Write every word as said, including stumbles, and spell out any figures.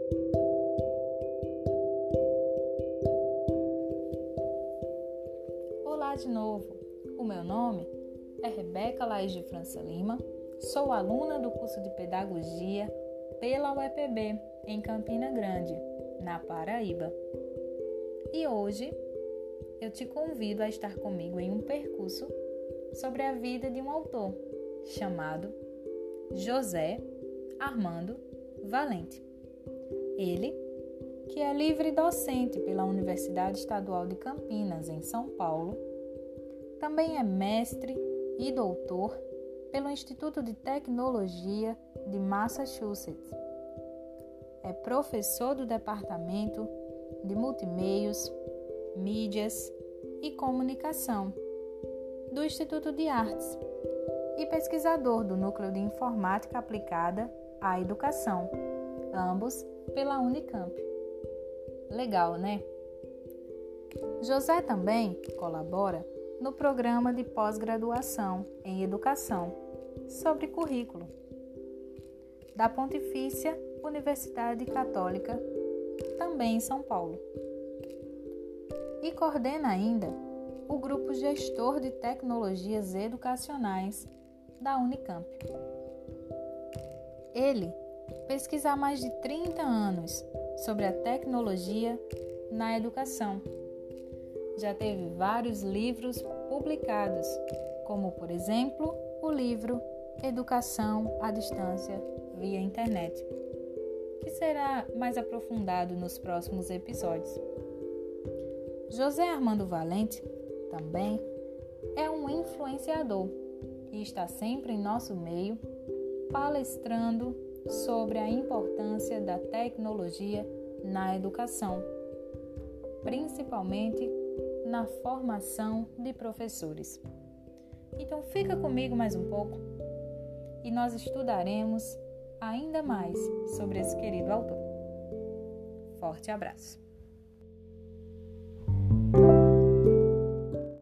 Olá de novo, o meu nome é Rebeca Laís de França Lima, sou aluna do curso de Pedagogia pela U E P B, em Campina Grande, na Paraíba. E hoje eu te convido a estar comigo em um percurso sobre a vida de um autor chamado José Armando Valente. Ele, que é livre docente pela Universidade Estadual de Campinas, em São Paulo, também é mestre e doutor pelo Instituto de Tecnologia de Massachusetts. É professor do Departamento de Multimeios, Mídias e Comunicação do Instituto de Artes e pesquisador do Núcleo de Informática Aplicada à Educação, ambos pela Unicamp. Legal, né? José também colabora no programa de pós-graduação em Educação sobre currículo da Pontifícia Universidade Católica, também em São Paulo. E coordena ainda o Grupo Gestor de Tecnologias Educacionais da Unicamp. Ele pesquisa há mais de trinta anos sobre a tecnologia na educação. Já teve vários livros publicados, como, por exemplo, o livro Educação à Distância via Internet, que será mais aprofundado nos próximos episódios. José Armando Valente também é um influenciador e está sempre em nosso meio palestrando sobre a importância da tecnologia na educação, principalmente na formação de professores. Então fica comigo mais um pouco e nós estudaremos ainda mais sobre esse querido autor. Forte abraço!